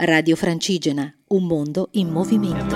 Radio Francigena, un mondo in movimento.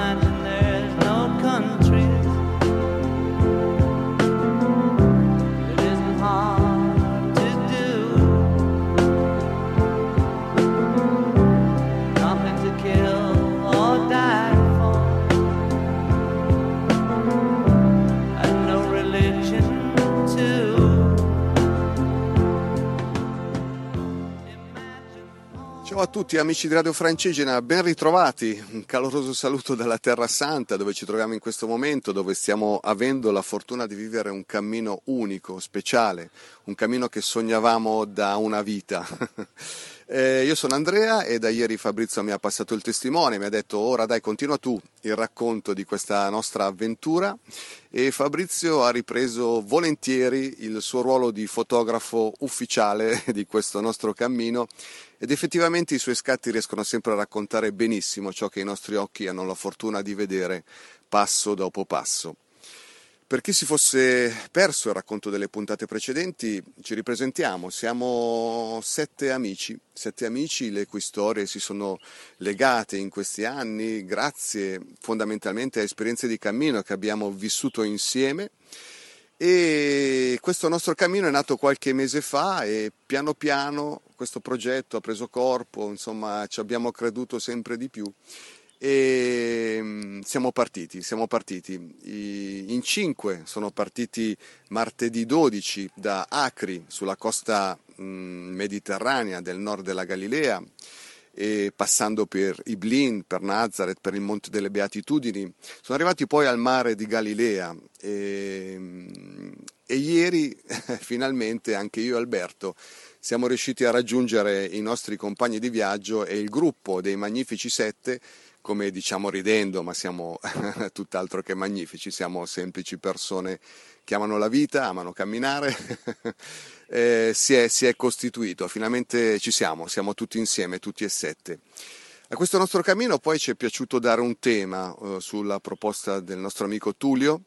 Ciao a tutti amici di Radio Francigena, ben ritrovati, un caloroso saluto dalla Terra Santa dove ci troviamo in questo momento, dove stiamo avendo la fortuna di vivere un cammino unico, speciale, un cammino che sognavamo da una vita. Io sono Andrea e da ieri Fabrizio mi ha passato il testimone, mi ha detto ora dai continua tu il racconto di questa nostra avventura e Fabrizio ha ripreso volentieri il suo ruolo di fotografo ufficiale di questo nostro cammino ed effettivamente i suoi scatti riescono sempre a raccontare benissimo ciò che i nostri occhi hanno la fortuna di vedere passo dopo passo. Per chi si fosse perso il racconto delle puntate precedenti, ci ripresentiamo, siamo sette amici, le cui storie si sono legate in questi anni grazie fondamentalmente a esperienze di cammino che abbiamo vissuto insieme e questo nostro cammino è nato qualche mese fa e piano piano questo progetto ha preso corpo, insomma ci abbiamo creduto sempre di più. E siamo partiti. In 5 sono partiti martedì 12 da Acri sulla costa mediterranea del nord della Galilea e passando per Iblin, per Nazareth, per il Monte delle Beatitudini. Sono arrivati poi al mare di Galilea e ieri finalmente anche io e Alberto siamo riusciti a raggiungere i nostri compagni di viaggio e il gruppo dei Magnifici Sette. Come diciamo ridendo, ma siamo tutt'altro che magnifici, siamo semplici persone che amano la vita, amano camminare, si è costituito, finalmente siamo tutti insieme, tutti e sette. A questo nostro cammino poi ci è piaciuto dare un tema sulla proposta del nostro amico Tullio,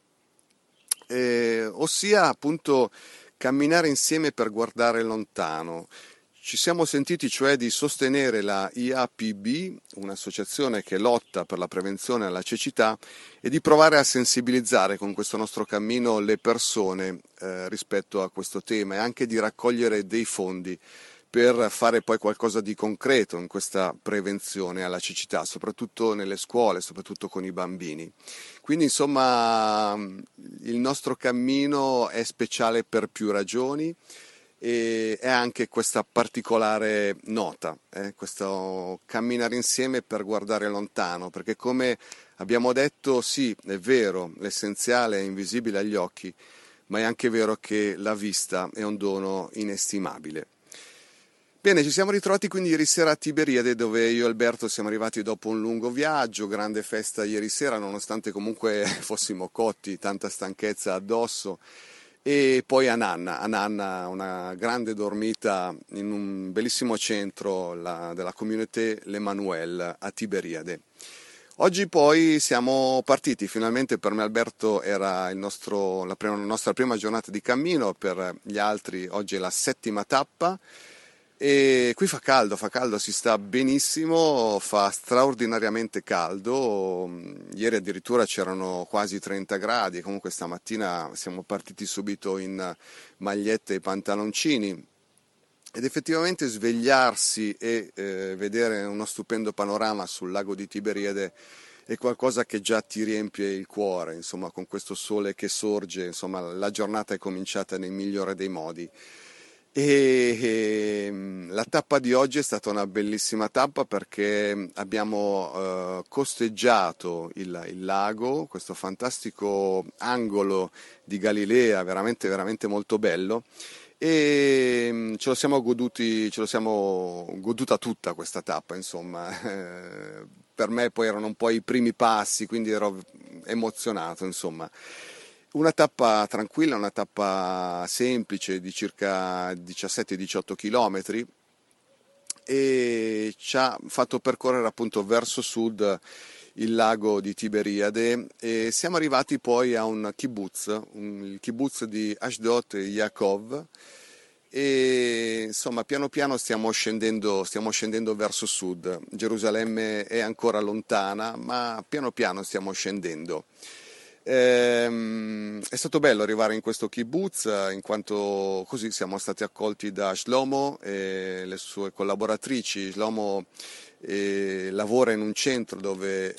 ossia appunto camminare insieme per guardare lontano. Ci siamo sentiti cioè di sostenere la IAPB, un'associazione che lotta per la prevenzione alla cecità, e di provare a sensibilizzare con questo nostro cammino le persone rispetto a questo tema e anche di raccogliere dei fondi per fare poi qualcosa di concreto in questa prevenzione alla cecità, soprattutto nelle scuole, soprattutto con i bambini. Quindi insomma il nostro cammino è speciale per più ragioni. E è anche questa particolare nota, questo camminare insieme per guardare lontano, perché come abbiamo detto, sì, è vero, l'essenziale è invisibile agli occhi, ma è anche vero che la vista è un dono inestimabile. Bene, ci siamo ritrovati quindi ieri sera a Tiberiade, dove io e Alberto siamo arrivati dopo un lungo viaggio, grande festa ieri sera, nonostante comunque fossimo cotti, tanta stanchezza addosso. E poi a Nanna, una grande dormita in un bellissimo centro della community l'Emmanuel a Tiberiade. Oggi poi siamo partiti, finalmente per me Alberto era la nostra prima giornata di cammino, per gli altri oggi è la 7ª tappa. E qui fa caldo, si sta benissimo, fa straordinariamente caldo, ieri addirittura c'erano quasi 30 gradi, comunque stamattina siamo partiti subito in magliette e pantaloncini ed effettivamente svegliarsi e vedere uno stupendo panorama sul lago di Tiberiade è qualcosa che già ti riempie il cuore, insomma con questo sole che sorge, insomma la giornata è cominciata nel migliore dei modi. E la tappa di oggi è stata una bellissima tappa perché abbiamo costeggiato il lago, questo fantastico angolo di Galilea, veramente, veramente molto bello, e ce lo siamo goduta tutta questa tappa, insomma. Per me poi erano un po' i primi passi, quindi ero emozionato, insomma. Una tappa tranquilla, una tappa semplice di circa 17-18 km e ci ha fatto percorrere appunto verso sud il lago di Tiberiade e siamo arrivati poi a un kibbutz, il kibbutz di Ashdod Yaakov, e insomma piano piano stiamo scendendo verso sud. Gerusalemme è ancora lontana, ma piano piano stiamo scendendo. È stato bello arrivare in questo kibbutz, in quanto così siamo stati accolti da Shlomo e le sue collaboratrici. Shlomo lavora in un centro dove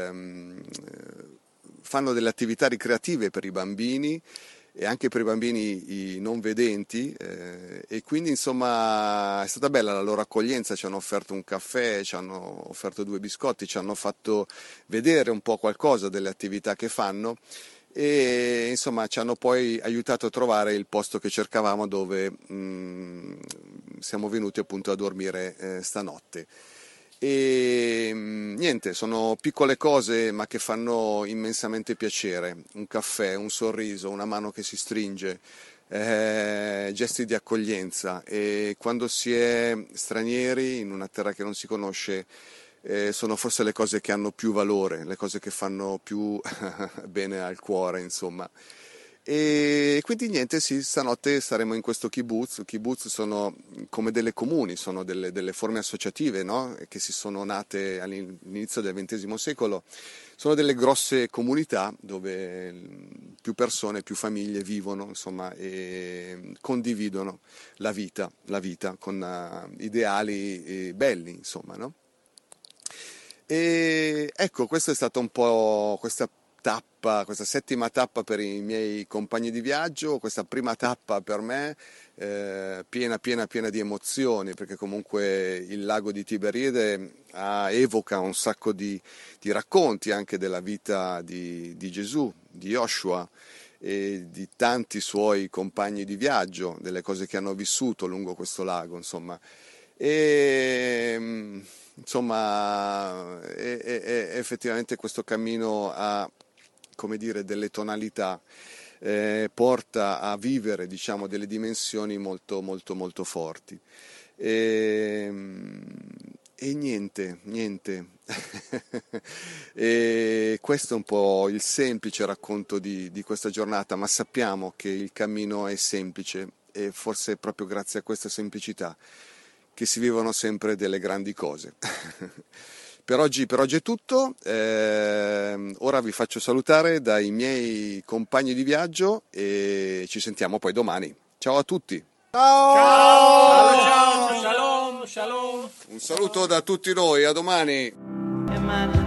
fanno delle attività ricreative per i bambini e anche per i bambini non vedenti, e quindi insomma è stata bella la loro accoglienza. Ci hanno offerto un caffè, ci hanno offerto 2 biscotti, ci hanno fatto vedere un po' qualcosa delle attività che fanno e insomma ci hanno poi aiutato a trovare il posto che cercavamo, dove siamo venuti appunto a dormire stanotte. E niente, sono piccole cose ma che fanno immensamente piacere: un caffè, un sorriso, una mano che si stringe, gesti di accoglienza. E quando si è stranieri in una terra che non si conosce, sono forse le cose che hanno più valore, le cose che fanno più bene al cuore, insomma. E quindi niente, sì, stanotte saremo in questo kibbutz. Kibbutz sono come delle comuni, sono delle forme associative, no? Che si sono nate all'inizio del XX secolo. Sono delle grosse comunità dove più persone, più famiglie vivono, insomma, e condividono la vita con ideali belli, insomma, no? E ecco, questa è stata un po' questa settima tappa per i miei compagni di viaggio, questa prima tappa per me, piena di emozioni, perché comunque il lago di Tiberide evoca un sacco di racconti anche della vita di Gesù, di Yoshua e di tanti suoi compagni di viaggio, delle cose che hanno vissuto lungo questo lago, insomma. E insomma, effettivamente questo cammino ha, come dire, delle tonalità, porta a vivere, diciamo, delle dimensioni molto forti. E niente. E questo è un po' il semplice racconto di questa giornata, ma sappiamo che il cammino è semplice e forse è proprio grazie a questa semplicità che si vivono sempre delle grandi cose. Per oggi è tutto, ora vi faccio salutare dai miei compagni di viaggio e ci sentiamo poi domani. Ciao a tutti! Ciao, shalom. Un saluto da tutti noi, a domani!